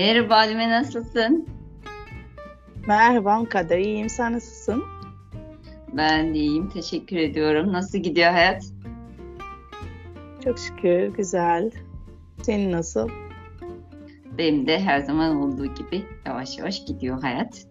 Merhaba Halime, nasılsın? Merhaba Kader, iyiyim. Sen nasılsın? Ben de iyiyim, teşekkür ediyorum. Nasıl gidiyor hayat? Çok şükür, güzel. Senin nasıl? Benim de her zaman olduğu gibi yavaş yavaş gidiyor hayat.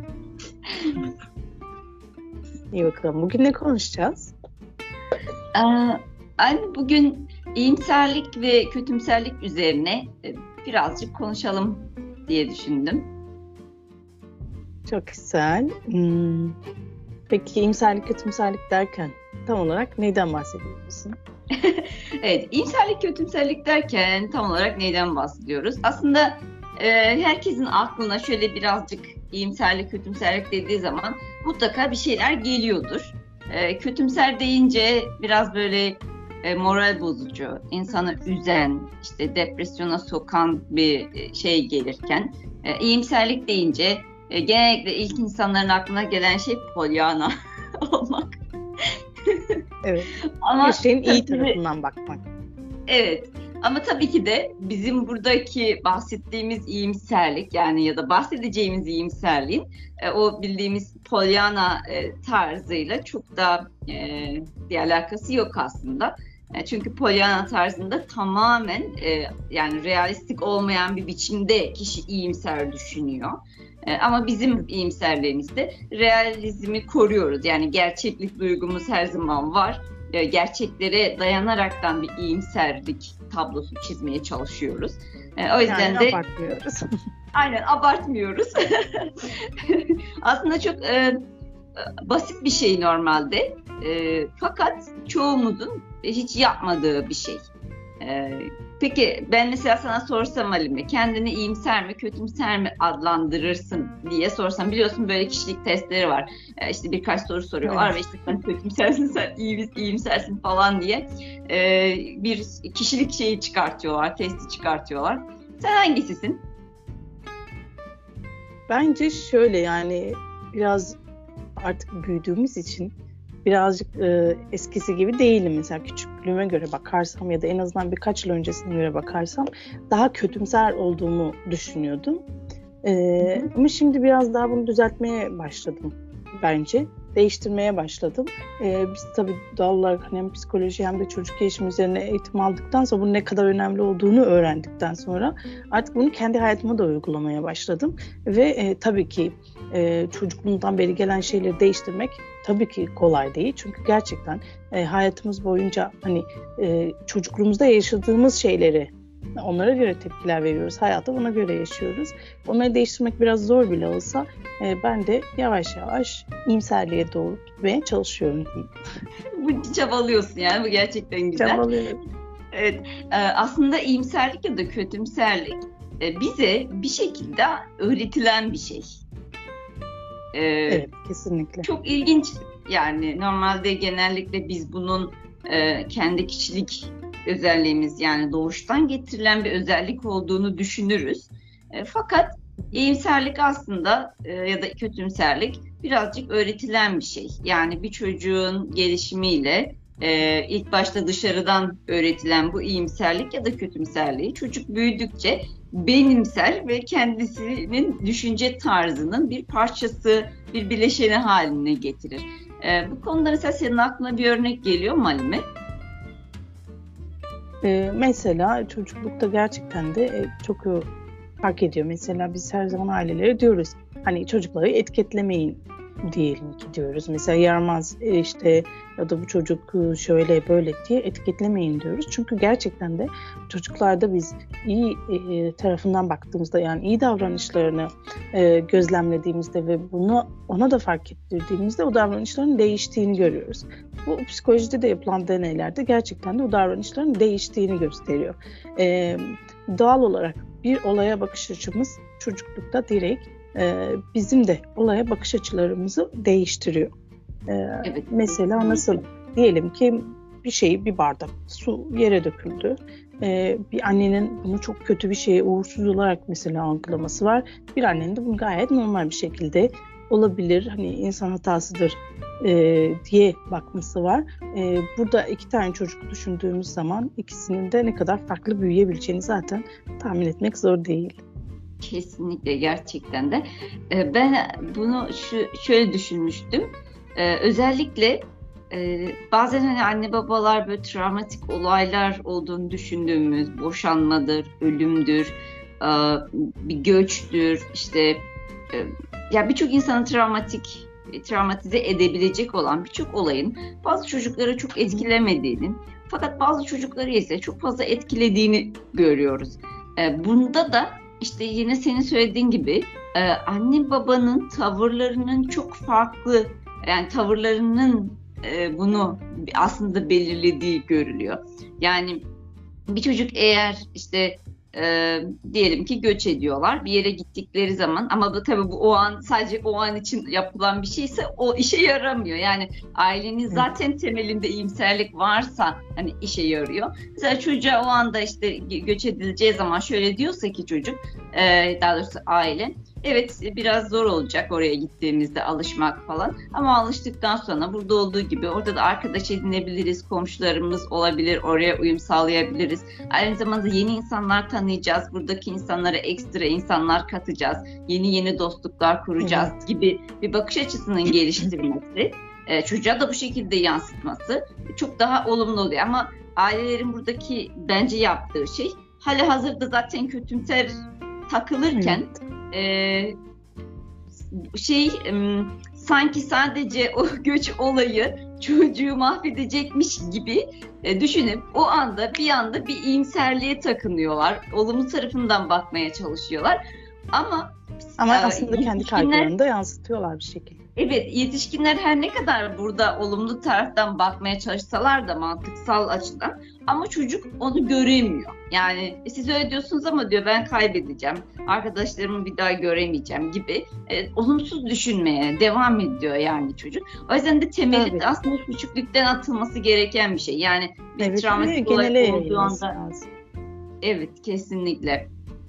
İyi bakalım. Bugün ne konuşacağız? Aa, Anne bugün iyimserlik ve kötümserlik üzerine birazcık konuşalım diye düşündüm. Çok güzel. Peki iyimserlik, kötümserlik derken tam olarak neyden bahsediyorsun? Evet, iyimserlik, kötümserlik derken tam olarak neyden bahsediyoruz? Aslında herkesin aklına şöyle birazcık iyimserlik, kötümserlik dediği zaman mutlaka bir şeyler geliyordur. Kötümser deyince biraz böyle moral bozucu, insanı üzen, işte depresyona sokan bir şey gelirken, iyimserlik deyince genellikle ilk insanların aklına gelen şey Pollyanna olmak. Evet, her Ama şeyin iyi tabii tarafından bakmak. evet, ama tabii ki de bizim buradaki bahsettiğimiz iyimserlik yani ya da bahsedeceğimiz iyimserliğin o bildiğimiz Pollyanna tarzıyla çok da bir alakası yok aslında. Çünkü Pollyanna tarzında tamamen yani realistik olmayan bir biçimde kişi iyimser düşünüyor. Ama bizim iyimserliğimizde realizmi koruyoruz. Yani gerçeklik duygumuz her zaman var, gerçeklere dayanaraktan bir iyimserlik tablosu çizmeye çalışıyoruz. O Yani yüzden de abartmıyoruz. aynen abartmıyoruz. Aslında çok basit bir şey normalde. Fakat çoğumuzun hiç yapmadığı bir şey. E, peki ben mesela sana sorsam Halime, kendini iyimser mi kötümser mi adlandırırsın diye sorsam, biliyorsun böyle kişilik testleri var. İşte birkaç soru soruyorlar ve Evet. işte sen kötümsersin, sen iyimsersin falan diye bir kişilik şeyi çıkartıyorlar, testi çıkartıyorlar. Sen hangisisin? Bence şöyle yani biraz artık büyüdüğümüz için birazcık eskisi gibi değilim. Mesela küçüklüğüme göre bakarsam ya da en azından birkaç yıl öncesine göre bakarsam daha kötümser olduğumu düşünüyordum. Hı hı. Ama şimdi biraz daha bunu düzeltmeye başladım bence. Değiştirmeye başladım. Biz tabii doğal olarak hani hem psikoloji hem de çocuk gelişimi üzerine eğitim aldıktan sonra bunun ne kadar önemli olduğunu öğrendikten sonra artık bunu kendi hayatıma da uygulamaya başladım. Ve tabii ki çocukluğumdan beri gelen şeyleri değiştirmek tabii ki kolay değil. Çünkü gerçekten hayatımız boyunca hani çocukluğumuzda yaşadığımız şeyleri onlara göre tepkiler veriyoruz. Hayatı buna göre yaşıyoruz. Onları değiştirmek biraz zor bile olsa ben de yavaş yavaş iyimserliğe doğru gitmeye çalışıyorum diyeyim. Bu çabalıyorsun yani, bu gerçekten güzel. Çabalıyorum. Evet, aslında iyimserlik ya da kötümserlik bize bir şekilde öğretilen bir şey. E, Evet, kesinlikle. Çok ilginç, yani normalde genellikle biz bunun kendi kişilik özelliğimiz, yani doğuştan getirilen bir özellik olduğunu düşünürüz. Fakat iyimserlik aslında ya da kötümserlik birazcık öğretilen bir şey. Yani bir çocuğun gelişimiyle ilk başta dışarıdan öğretilen bu iyimserlik ya da kötümserliği çocuk büyüdükçe benimser ve kendisinin düşünce tarzının bir parçası, bir bileşeni haline getirir. Bu konuda mesela senin aklına bir örnek geliyor mu Halime? Mesela çocuklukta gerçekten de çok fark ediyor. Mesela biz her zaman ailelere diyoruz hani çocukları etiketlemeyin diyelim ki diyoruz. Mesela yaramaz işte ya da bu çocuk şöyle böyle diye etiketlemeyin diyoruz. Çünkü gerçekten de çocuklarda biz iyi tarafından baktığımızda yani iyi davranışlarını gözlemlediğimizde ve bunu ona da fark ettirdiğimizde o davranışların değiştiğini görüyoruz. Bu psikolojide de yapılan deneylerde gerçekten de o davranışların değiştiğini gösteriyor. Doğal olarak bir olaya bakış açımız çocuklukta direkt bizim de olaya bakış açılarımızı değiştiriyor. Evet, Mesela nasıl? kesinlikle. Diyelim ki bir bardak su yere döküldü. Bir annenin bunu çok kötü bir şeye uğursuz olarak mesela algılaması var. Bir annenin de bunu gayet normal bir şekilde olabilir. Hani insan hatasıdır diye bakması var. Burada iki tane çocuk düşündüğümüz zaman ikisinin de ne kadar farklı büyüyebileceğini zaten tahmin etmek zor değil. Kesinlikle, gerçekten de. Ben bunu şöyle düşünmüştüm. Özellikle bazen hani anne babalar böyle travmatik olaylar olduğunu düşündüğümüz, boşanmadır, ölümdür, e, bir göçtür, işte ya birçok insanı travmatize edebilecek olan birçok olayın bazı çocukları çok etkilemediğini, fakat bazı çocukları ise çok fazla etkilediğini görüyoruz. Bunda da işte yine senin söylediğin gibi anne babanın tavırlarının çok farklı, yani tavırlarının bunu aslında belirlediği görülüyor. Yani bir çocuk eğer işte diyelim ki göç ediyorlar bir yere gittikleri zaman, ama tabii bu o an, sadece o an için yapılan bir şeyse o işe yaramıyor. Yani ailenin zaten temelinde iyimserlik varsa hani işe yarıyor. Mesela çocuğa o anda işte göç edileceği zaman şöyle diyorsa ki çocuk, daha doğrusu aile, evet biraz zor olacak oraya gittiğimizde alışmak falan, ama alıştıktan sonra burada olduğu gibi orada da arkadaş edinebiliriz, komşularımız olabilir, oraya uyum sağlayabiliriz. Aynı zamanda yeni insanlar tanıyacağız, buradaki insanlara ekstra insanlar katacağız, yeni dostluklar kuracağız gibi bir bakış açısının geliştirilmesi, çocuğa da bu şekilde yansıtması çok daha olumlu oluyor. Ama ailelerin buradaki bence yaptığı şey, halihazırda zaten kötümser takılırken sanki sadece o göç olayı çocuğu mahvedecekmiş gibi düşünüp o anda bir iyimserliğe takınıyorlar. Olumlu tarafından bakmaya çalışıyorlar. Ama aslında kendi kaygılarını da yansıtıyorlar bir şekilde. Evet, yetişkinler her ne kadar burada olumlu taraftan bakmaya çalışsalar da mantıksal açıdan, ama çocuk onu göremiyor. Yani siz öyle diyorsunuz ama diyor ben kaybedeceğim, arkadaşlarımı bir daha göremeyeceğim gibi olumsuz düşünmeye devam ediyor yani çocuk. O yüzden de temeli aslında küçüklükten atılması gereken bir şey. Yani bir travmatik olay olduğu anda. Evet, kesinlikle.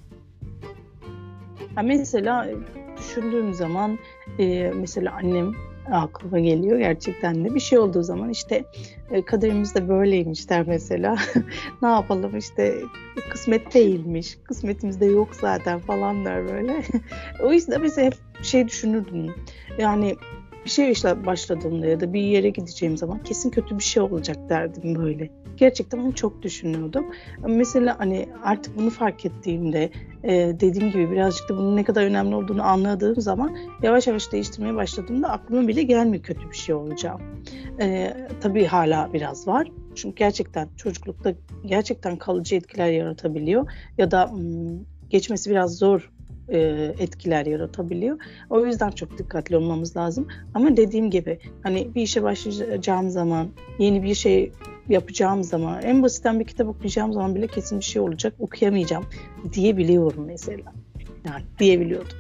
Mesela düşündüğüm zaman mesela annem aklıma geliyor gerçekten de. Bir şey olduğu zaman işte kaderimiz de böyleymiş der mesela. Ne yapalım işte, kısmet değilmiş, kısmetimiz de yok zaten falan der böyle. O yüzden mesela hep düşünürdüm. Yani bir şey işte başladığımda ya da bir yere gideceğim zaman kesin kötü bir şey olacak derdim böyle. Gerçekten onu çok düşünüyordum. Mesela hani artık bunu fark ettiğimde, dediğim gibi birazcık da bunun ne kadar önemli olduğunu anladığım zaman yavaş yavaş değiştirmeye başladığımda aklıma bile gelmiyor kötü bir şey olacağım. Tabii hala biraz var. Çünkü gerçekten çocuklukta gerçekten kalıcı etkiler yaratabiliyor. Ya da geçmesi biraz zor etkiler yaratabiliyor. O yüzden çok dikkatli olmamız lazım. Ama dediğim gibi hani bir işe başlayacağım zaman, yeni bir şey yapacağım zaman, en basitten bir kitap okuyacağım zaman bile kesin bir şey olacak, okuyamayacağım diyebiliyorum mesela. Yani diyebiliyordum.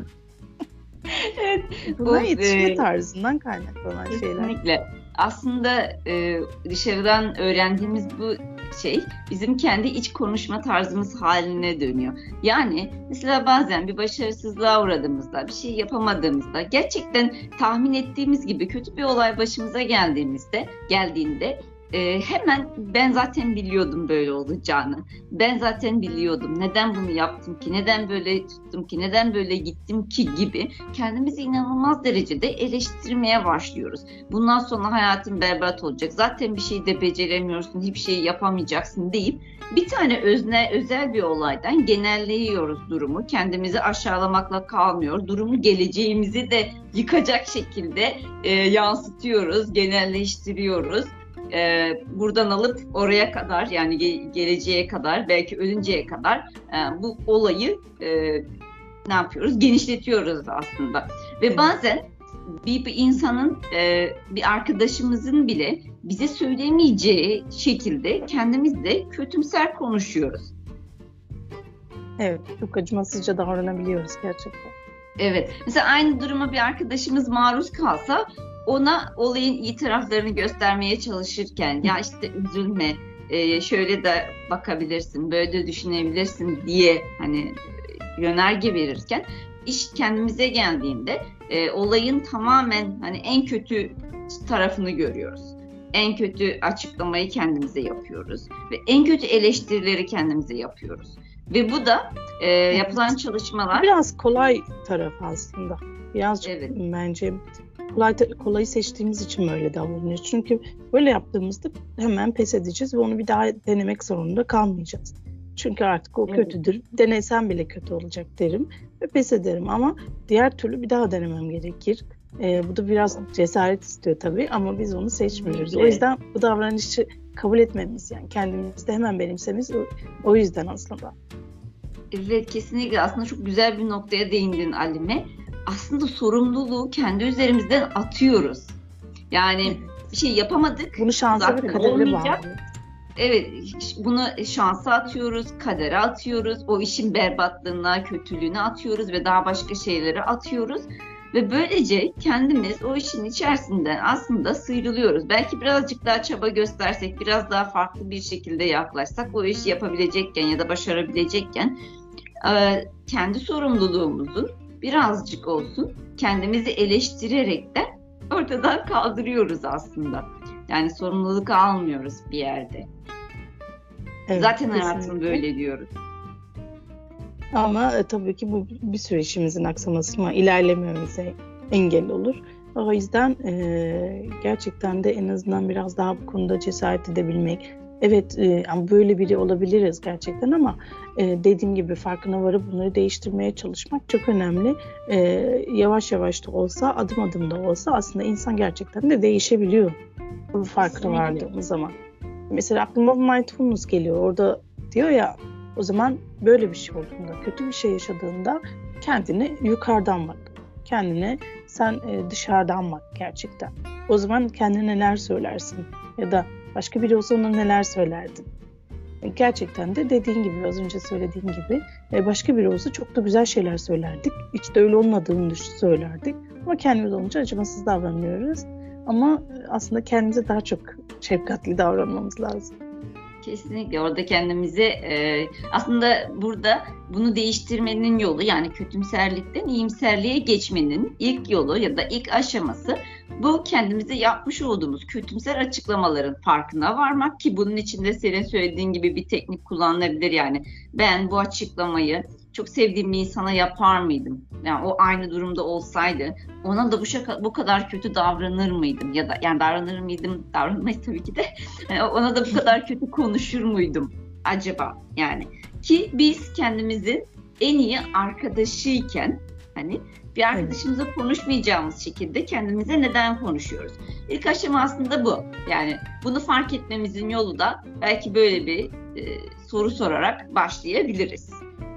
Evet. Buna yetişme tarzından kaynaklanan şeyler. Kesinlikle. Aslında dışarıdan öğrendiğimiz bu şey bizim kendi iç konuşma tarzımız haline dönüyor. Yani mesela bazen bir başarısızlığa uğradığımızda, bir şey yapamadığımızda, gerçekten tahmin ettiğimiz gibi kötü bir olay başımıza geldiğinde hemen ben zaten biliyordum böyle olacağını. Ben zaten biliyordum. Neden bunu yaptım ki? Neden böyle tuttum ki? Neden böyle gittim ki gibi kendimizi inanılmaz derecede eleştirmeye başlıyoruz. Bundan sonra hayatın berbat olacak. Zaten bir şey de beceremiyorsun, hiçbir şey yapamayacaksın deyip bir tane özel bir olaydan genelliyoruz durumu. Kendimizi aşağılamakla kalmıyor. Durumu geleceğimizi de yıkacak şekilde yansıtıyoruz, genelleştiriyoruz. Buradan alıp oraya kadar, yani geleceğe kadar, belki ölünceye kadar bu olayı ne yapıyoruz? Genişletiyoruz aslında. Ve bazen bir insanın, bir arkadaşımızın bile bize söylemeyeceği şekilde kendimizle kötümser konuşuyoruz. Evet, çok acımasızca davranabiliyoruz gerçekten. Evet, mesela aynı duruma bir arkadaşımız maruz kalsa, ona olayın iyi taraflarını göstermeye çalışırken, ya işte üzülme, şöyle de bakabilirsin, böyle de düşünebilirsin diye hani yönerge verirken, iş kendimize geldiğinde olayın tamamen hani en kötü tarafını görüyoruz. En kötü açıklamayı kendimize yapıyoruz ve en kötü eleştirileri kendimize yapıyoruz. Ve bu da yapılan çalışmalar... Biraz kolay tarafı aslında. Birazcık Evet. bence kolayı seçtiğimiz için böyle davranıyoruz. Çünkü böyle yaptığımızda hemen pes edeceğiz ve onu bir daha denemek zorunda kalmayacağız. Çünkü artık o kötüdür. Denesem bile kötü olacak derim ve pes ederim. Ama diğer türlü bir daha denemem gerekir. Bu da biraz cesaret istiyor tabii ama biz onu seçmiyoruz. O yüzden bu davranışı kabul etmemiz, yani kendimizde hemen benimsemiz o yüzden aslında. Evet, kesinlikle. Aslında çok güzel bir noktaya değindin Alime. Aslında sorumluluğu kendi üzerimizden atıyoruz. Yani bir şey yapamadık. Bunu şansa ve kadere bağlıyoruz. Evet, bunu şansa atıyoruz, kadere atıyoruz, o işin berbatlığına, kötülüğüne atıyoruz ve daha başka şeylere atıyoruz. Ve böylece kendimiz o işin içerisinden aslında sıyrılıyoruz. Belki birazcık daha çaba göstersek, biraz daha farklı bir şekilde yaklaşsak, o işi yapabilecekken ya da başarabilecekken kendi sorumluluğumuzun birazcık olsun kendimizi eleştirerek de ortadan kaldırıyoruz aslında. Yani sorumluluk almıyoruz bir yerde. Evet, zaten hayatım böyle diyoruz. Ama tabii ki bu bir sürü işimizin aksamasına, ilerlememize engel olur. O yüzden gerçekten de en azından biraz daha bu konuda cesaret edebilmek. Evet, böyle biri olabiliriz gerçekten ama dediğim gibi farkına varıp bunları değiştirmeye çalışmak çok önemli. Yavaş yavaş da olsa, adım adım da olsa aslında insan gerçekten de değişebiliyor. Bu farkına vardığımız zaman. Mesela aklıma mindfulness geliyor. Orada diyor ya, o zaman böyle bir şey olduğunda, kötü bir şey yaşadığında kendine yukarıdan bak. Kendine sen dışarıdan bak gerçekten. O zaman kendine neler söylersin? Ya da başka biri olsa ona neler söylerdin? Gerçekten de dediğin gibi, az önce söylediğin gibi başka biri olsa çok da güzel şeyler söylerdik. Hiç de öyle olmadığını söylerdik. Ama kendimiz olunca acımasız davranıyoruz. Ama aslında kendimize daha çok şefkatli davranmamız lazım. Kesinlikle orada kendimize aslında burada bunu değiştirmenin yolu, yani kötümserlikten iyimserliğe geçmenin ilk yolu ya da ilk aşaması bu kendimize yapmış olduğumuz kötümser açıklamaların farkına varmak, ki bunun içinde senin söylediğin gibi bir teknik kullanılabilir. Yani ben bu açıklamayı çok sevdiğim bir insana yapar mıydım? Yani o aynı durumda olsaydı ona da bu kadar kötü davranır mıydım? Ya da yani davranır mıydım? Davranmayız tabii ki de. Yani ona da bu kadar kötü konuşur muydum acaba? Yani ki biz kendimizin en iyi arkadaşıyken hani bir arkadaşımıza konuşmayacağımız şekilde kendimize neden konuşuyoruz? İlk aşama aslında bu. Yani bunu fark etmemizin yolu da belki böyle bir soru sorarak başlayabiliriz.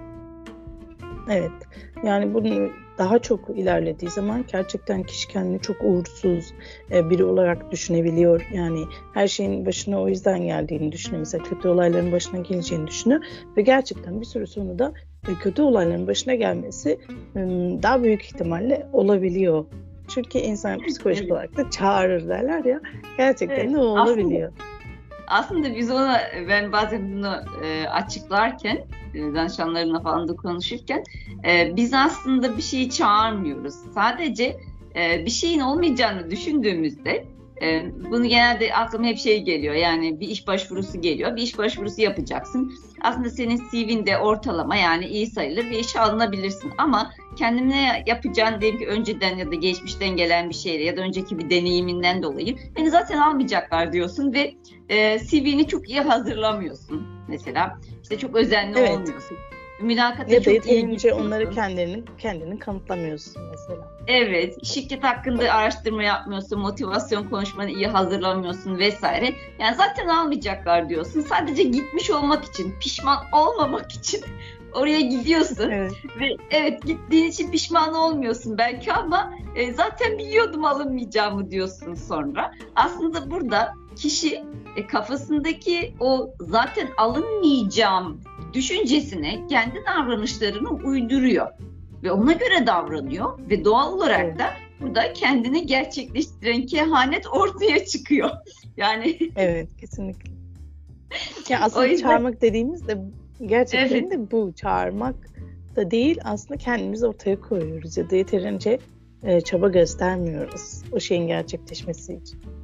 Evet, yani bunu daha çok ilerlediği zaman gerçekten kişi kendini çok uğursuz biri olarak düşünebiliyor. Yani her şeyin başına o yüzden geldiğini düşünüyor. Mesela kötü olayların başına geleceğini düşünüyor. Ve gerçekten bir süre sonra da kötü olayların başına gelmesi daha büyük ihtimalle olabiliyor. Çünkü insan psikolojik olarak da çağırır derler ya. Gerçekten de o olabiliyor. Aslında biz ona, ben bazen bunu açıklarken, danışanlarımla falan da konuşurken biz aslında bir şeyi çağırmıyoruz. Sadece bir şeyin olmayacağını düşündüğümüzde bunu genelde aklıma hep şey geliyor. Yani bir iş başvurusu geliyor. Bir iş başvurusu yapacaksın. Aslında senin CV'nde ortalama, yani iyi sayılır bir işe alınabilirsin. Ama kendine yapacağın, diyelim ki önceden ya da geçmişten gelen bir şeyle ya da önceki bir deneyiminden dolayı beni zaten almayacaklar diyorsun ve CV'ni çok iyi hazırlamıyorsun mesela. İşte çok özenli olmuyorsun. Mülakata ya çok yeterince onları kendini kanıtlamıyorsun mesela. Evet, şirket hakkında araştırma yapmıyorsun, motivasyon konuşmanı iyi hazırlamıyorsun vesaire. Yani zaten almayacaklar diyorsun. Sadece gitmiş olmak için, pişman olmamak için oraya gidiyorsun. Evet. Ve gittiğin için pişman olmuyorsun belki ama zaten biliyordum alınmayacağımı diyorsun sonra. Aslında burada kişi kafasındaki o zaten alınmayacağım düşüncesine kendi davranışlarını uyduruyor ve ona göre davranıyor ve doğal olarak da burada kendini gerçekleştiren kehanet ortaya çıkıyor. Yani evet, kesinlikle. Ya aslında yüzden... çağırmak dediğimiz de gerçekten de bu, çağırmak da değil, aslında kendimizi ortaya koyuyoruz ya da yeterince çaba göstermiyoruz o şeyin gerçekleşmesi için.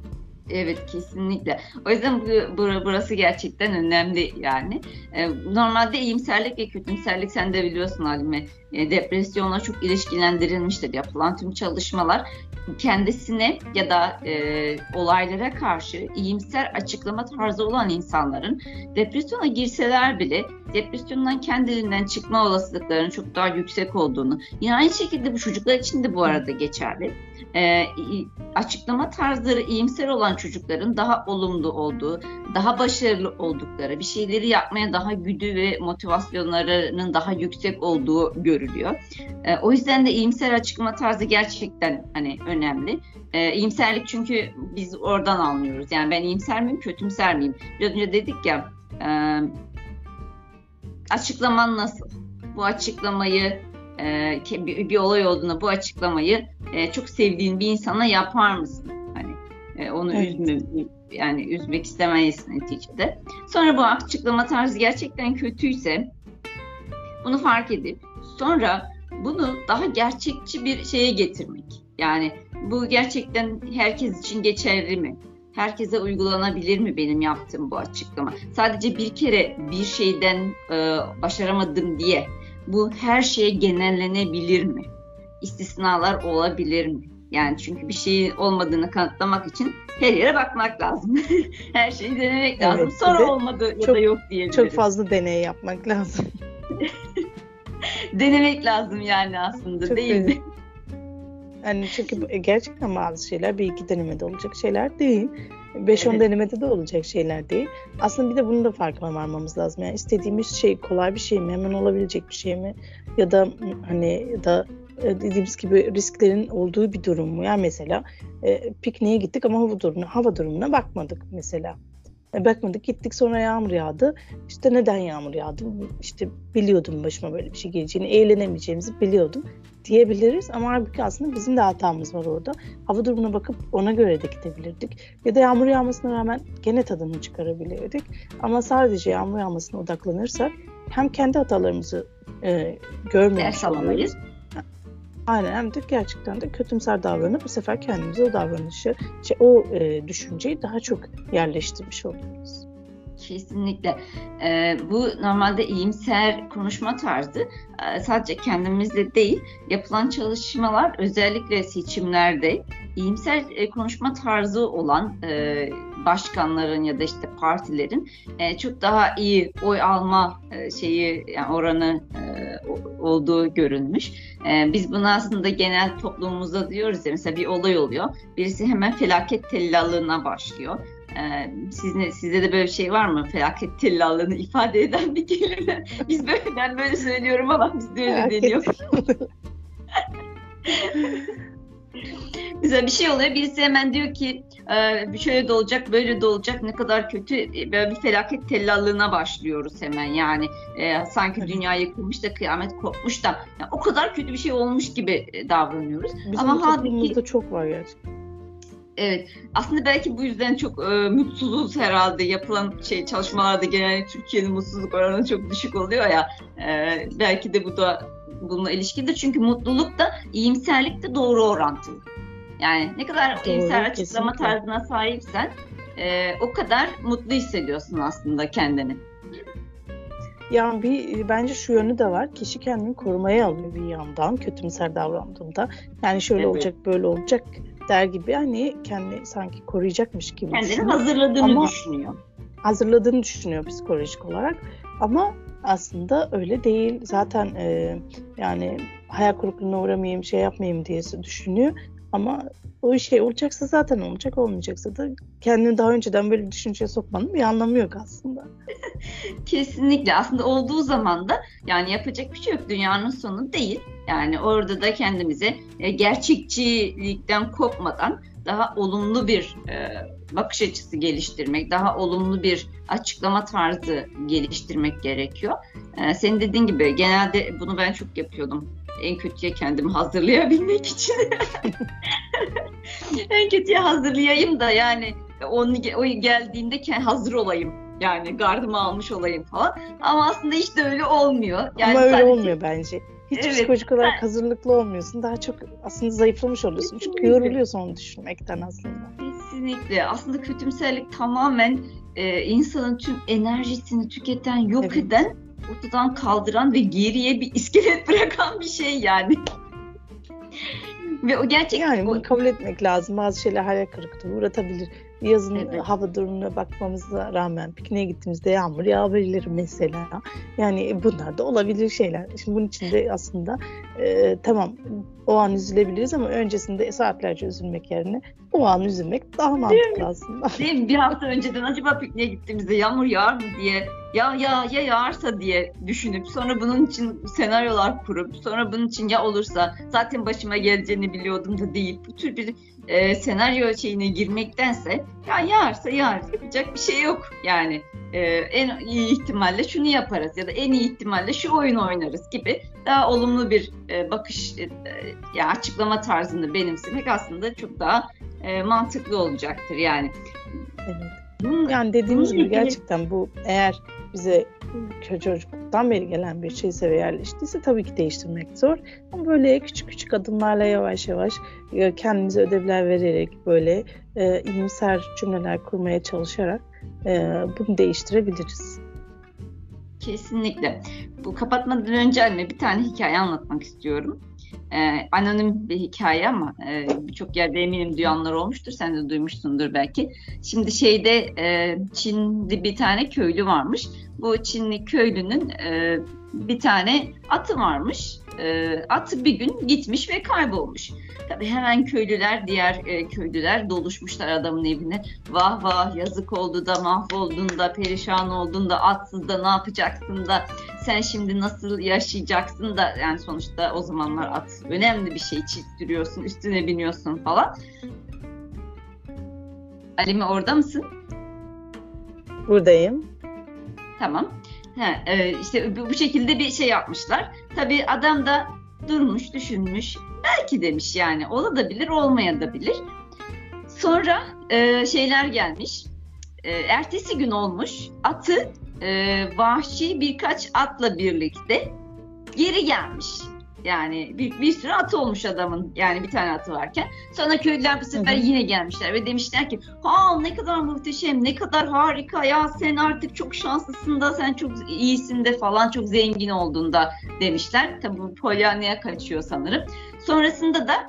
Evet, kesinlikle. O yüzden burası gerçekten önemli yani. Normalde iyimserlik ve kötümserlik, sen de biliyorsun Halime, depresyonla çok ilişkilendirilmiştir. Yapılan tüm çalışmalar kendisine ya da olaylara karşı iyimser açıklama tarzı olan insanların depresyona girseler bile depresyondan kendiliğinden çıkma olasılıklarının çok daha yüksek olduğunu, yine aynı şekilde bu çocuklar için de bu arada geçerli. Açıklama tarzları iyimser olan çocukların daha olumlu olduğu, daha başarılı oldukları, bir şeyleri yapmaya daha güdü ve motivasyonlarının daha yüksek olduğu görülüyor. O yüzden de iyimser açıklama tarzı gerçekten hani önemli. İyimserlik, çünkü biz oradan anlıyoruz. Yani ben iyimser miyim, kötümser miyim? Biraz önce dedik ya, açıklaman nasıl? Bu açıklamayı bir olay olduğunda bu açıklamayı çok sevdiğin bir insana yapar mısın? Hani onu üzmek istemeyiz neticede. Sonra bu açıklama tarzı gerçekten kötüyse bunu fark edip sonra bunu daha gerçekçi bir şeye getirmek. Yani bu gerçekten herkes için geçerli mi? Herkese uygulanabilir mi benim yaptığım bu açıklama? Sadece bir kere bir şeyden başaramadım diye bu her şeye genellenebilir mi? İstisnalar olabilir mi? Yani çünkü bir şeyin olmadığını kanıtlamak için her yere bakmak lazım. Her şeyi denemek lazım. Sonra olmadı ya da yok diyebiliriz. Çok fazla deney yapmak lazım. Denemek lazım yani aslında, çok değil mi? Yani çünkü gerçekten bazı şeyler bir iki denemede olacak şeyler değil. 5-10 denemede de olacak şeyler değil. Aslında bir de bunun da farkına varmamız lazım. Yani istediğimiz şey kolay bir şey mi? Hemen olabilecek bir şey mi? Ya da dediğimiz gibi risklerin olduğu bir durum mu? Yani mesela pikniğe gittik ama hava durumuna bakmadık mesela. Bakmadık, gittik, sonra yağmur yağdı. İşte neden yağmur yağdı? İşte biliyordum başıma böyle bir şey geleceğini, eğlenemeyeceğimizi biliyordum diyebiliriz. Ama halbuki aslında bizim de hatamız var orada. Hava durumuna bakıp ona göre de gidebilirdik. Ya da yağmur yağmasına rağmen gene tadını çıkarabilirdik. Ama sadece yağmur yağmasına odaklanırsak hem kendi hatalarımızı görmemiş oluruz. Aynen, hem de gerçekten de kötümser davranıp bu sefer kendimize o davranışı, düşünceyi daha çok yerleştirmiş oluyoruz. Kesinlikle. Bu normalde iyimser konuşma tarzı sadece kendimizle değil, yapılan çalışmalar özellikle seçimlerde iyimser konuşma tarzı olan başkanların ya da işte partilerin çok daha iyi oy alma yani oranı olduğu görülmüş. Biz bunu aslında genel toplumumuzda diyoruz ya, mesela bir olay oluyor, birisi hemen felaket tellallığına başlıyor. Sizde de böyle bir şey var mı? Felaket tellallığını ifade eden bir kelime. Ben böyle söylüyorum ama bizde öyle deniyor. Mesela bir şey oluyor, birisi hemen diyor ki şöyle de olacak, böyle de olacak, ne kadar kötü, böyle bir felaket tellallığına başlıyoruz hemen. Yani sanki dünya yıkılmış da kıyamet kopmuş da yani o kadar kötü bir şey olmuş gibi davranıyoruz. Bizim ama toplumumuzda çok var gerçekten. Evet, aslında belki bu yüzden çok mutsuzuz herhalde. Yapılan çalışmalarda genelde Türkiye'nin mutsuzluk oranı çok düşük oluyor ya. Belki de bu da bununla ilişkilidir. Çünkü mutluluk da iyimserlik de doğru orantılı. Yani ne kadar iyimser açıklama tarzına sahipsen o kadar mutlu hissediyorsun aslında kendini. Yani bence şu yönü de var. Kişi kendini korumaya alıyor bir yandan kötümser davrandığında. Yani şöyle olacak, böyle olacak der gibi, hani kendini sanki koruyacakmış gibi kendini düşünüyor. Hazırladığını düşünüyor psikolojik olarak. Ama aslında öyle değil. Zaten yani hayal kırıklığına uğramayayım, şey yapmayayım diye düşünüyor. Ama o şey olacaksa zaten olacak, olmayacaksa da kendini daha önceden böyle düşünceye sokmanın bir anlamı yok aslında. Kesinlikle. Aslında olduğu zaman da yani yapacak bir şey yok. Dünyanın sonu değil. Yani orada da kendimize gerçekçilikten kopmadan daha olumlu bir bakış açısı geliştirmek, daha olumlu bir açıklama tarzı geliştirmek gerekiyor. Senin dediğin gibi genelde bunu ben çok yapıyordum. En kötüye kendimi hazırlayabilmek için. En kötüye hazırlayayım da yani o geldiğinde hazır olayım. Yani gardımı almış olayım falan. Ama aslında hiç de öyle olmuyor. Yani ama öyle olmuyor bence. Hiç psikolojik olarak hazırlıklı olmuyorsun. Daha çok aslında zayıflamış oluyorsun. Çünkü yoruluyorsun onu düşünmekten aslında. kesinlikle. Aslında kötümserlik tamamen insanın tüm enerjisini tüketen, yok eden, ortadan kaldıran ve geriye bir iskelet bırakan bir şey yani. Ve o gerçekten... Yani bunu kabul etmek lazım. Bazı şeyler hayal kırıklığına uğratabilir. Yazın hava durumuna bakmamıza rağmen pikniğe gittiğimizde yağmur yağabilir mesela. Yani bunlar da olabilir şeyler. Şimdi bunun için de aslında tamam o an üzülebiliriz ama öncesinde saatlerce üzülmek yerine o an üzülmek daha mantıklı aslında. Değil mi? Bir hafta önceden acaba pikniğe gittiğimizde yağmur yağar mı diye ya yağarsa diye düşünüp sonra bunun için senaryolar kurup sonra bunun için ya olursa zaten başıma geleceğini biliyordum da deyip bu tür bir senaryo şeyine girmektense ya yağarsa yapacak bir şey yok yani en iyi ihtimalle şunu yaparız ya da en iyi ihtimalle şu oyunu oynarız gibi daha olumlu bir bakış ya açıklama tarzını benimsemek aslında çok daha mantıklı olacaktır yani. Evet. Yani dediğimiz gibi gerçekten bu eğer bize çocukluktan beri gelen bir şeyse ve yerleştiyse tabii ki değiştirmek zor. Ama böyle küçük küçük adımlarla yavaş yavaş kendimize ödevler vererek böyle iyimser cümleler kurmaya çalışarak bunu değiştirebiliriz. Kesinlikle. Bu kapatmadan önce anne bir tane hikaye anlatmak istiyorum. Anonim bir hikaye ama birçok yerde eminim duyanlar olmuştur. Sen de duymuşsundur belki. Şimdi Çin'de bir tane köylü varmış. Bu Çinli köylünün bir tane atı varmış. Atı bir gün gitmiş ve kaybolmuş. Tabii hemen diğer köylüler doluşmuşlar adamın evine. Vah vah yazık oldu da mahvoldun da perişan oldun da atsız da ne yapacaksın da sen şimdi nasıl yaşayacaksın da yani sonuçta o zamanlar at önemli bir şey, çiftiriyorsun, üstüne biniyorsun falan. Alime orada mısın? Buradayım. Tamam. İşte bu şekilde bir şey yapmışlar. Tabii adam da durmuş, düşünmüş. Belki demiş yani olabilir, olmayabilir. Sonra şeyler gelmiş. Ertesi gün olmuş. Atı vahşi birkaç atla birlikte geri gelmiş. Yani bir sürü atı olmuş adamın. Yani bir tane atı varken. Sonra köylüler bu sefer yine gelmişler ve demişler ki ne kadar muhteşem, ne kadar harika ya sen artık çok şanslısın da sen çok iyisin de falan çok zengin oldun da demişler. Tabii bu Polyana'ya kaçıyor sanırım. Sonrasında da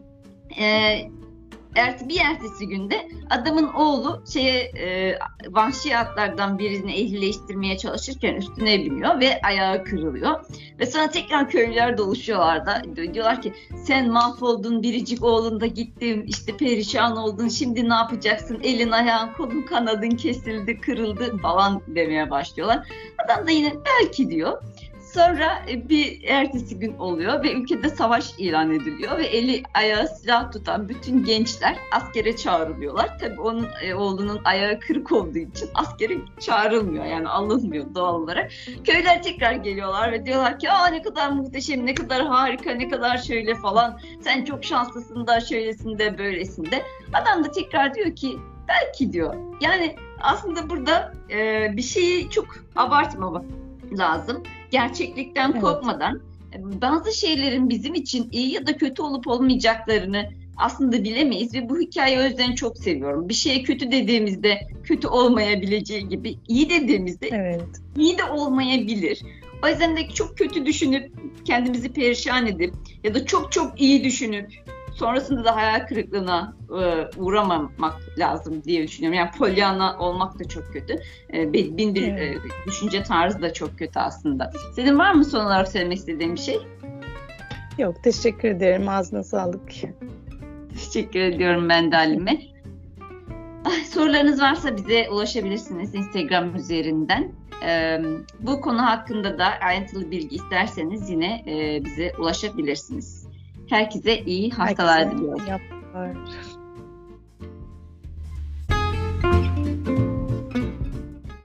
bir ertesi günde adamın oğlu vahşi atlardan birini ehlileştirmeye çalışırken üstüne biniyor ve ayağı kırılıyor. Ve sonra tekrar köylüler doluşuyorlar da diyorlar ki sen mahvoldun biricik oğlun da gitti işte perişan oldun şimdi ne yapacaksın elin ayağın kolun kanadın kesildi kırıldı falan demeye başlıyorlar. Adam da yine belki diyor. Sonra bir ertesi gün oluyor ve ülkede savaş ilan ediliyor ve eli ayağı silah tutan bütün gençler askere çağrılıyorlar. Tabii onun oğlunun ayağı kırık olduğu için askere çağrılmıyor yani alınmıyor doğal olarak. Köyler tekrar geliyorlar ve diyorlar ki ne kadar muhteşem, ne kadar harika, ne kadar şöyle falan. Sen çok şanslısın da şöylesin de böylesin de. Adam da tekrar diyor ki belki diyor. Yani aslında burada bir şeyi çok abartmamak lazım. Gerçeklikten korkmadan bazı şeylerin bizim için iyi ya da kötü olup olmayacaklarını aslında bilemeyiz ve bu hikayeyi o yüzden çok seviyorum. Bir şeye kötü dediğimizde kötü olmayabileceği gibi iyi dediğimizde iyi de olmayabilir. O yüzden de çok kötü düşünüp kendimizi perişan edip ya da çok çok iyi düşünüp sonrasında da hayal kırıklığına uğramamak lazım diye düşünüyorum. Yani Pollyanna olmak da çok kötü. Bin bir düşünce tarzı da çok kötü aslında. Senin var mı son olarak söylemek istediğin bir şey? Yok, teşekkür ederim. Ağzına sağlık. Teşekkür ediyorum ben de Halime. Sorularınız varsa bize ulaşabilirsiniz Instagram üzerinden. Bu konu hakkında da ayrıntılı bilgi isterseniz yine bize ulaşabilirsiniz. Herkese iyi haftalar diliyorum.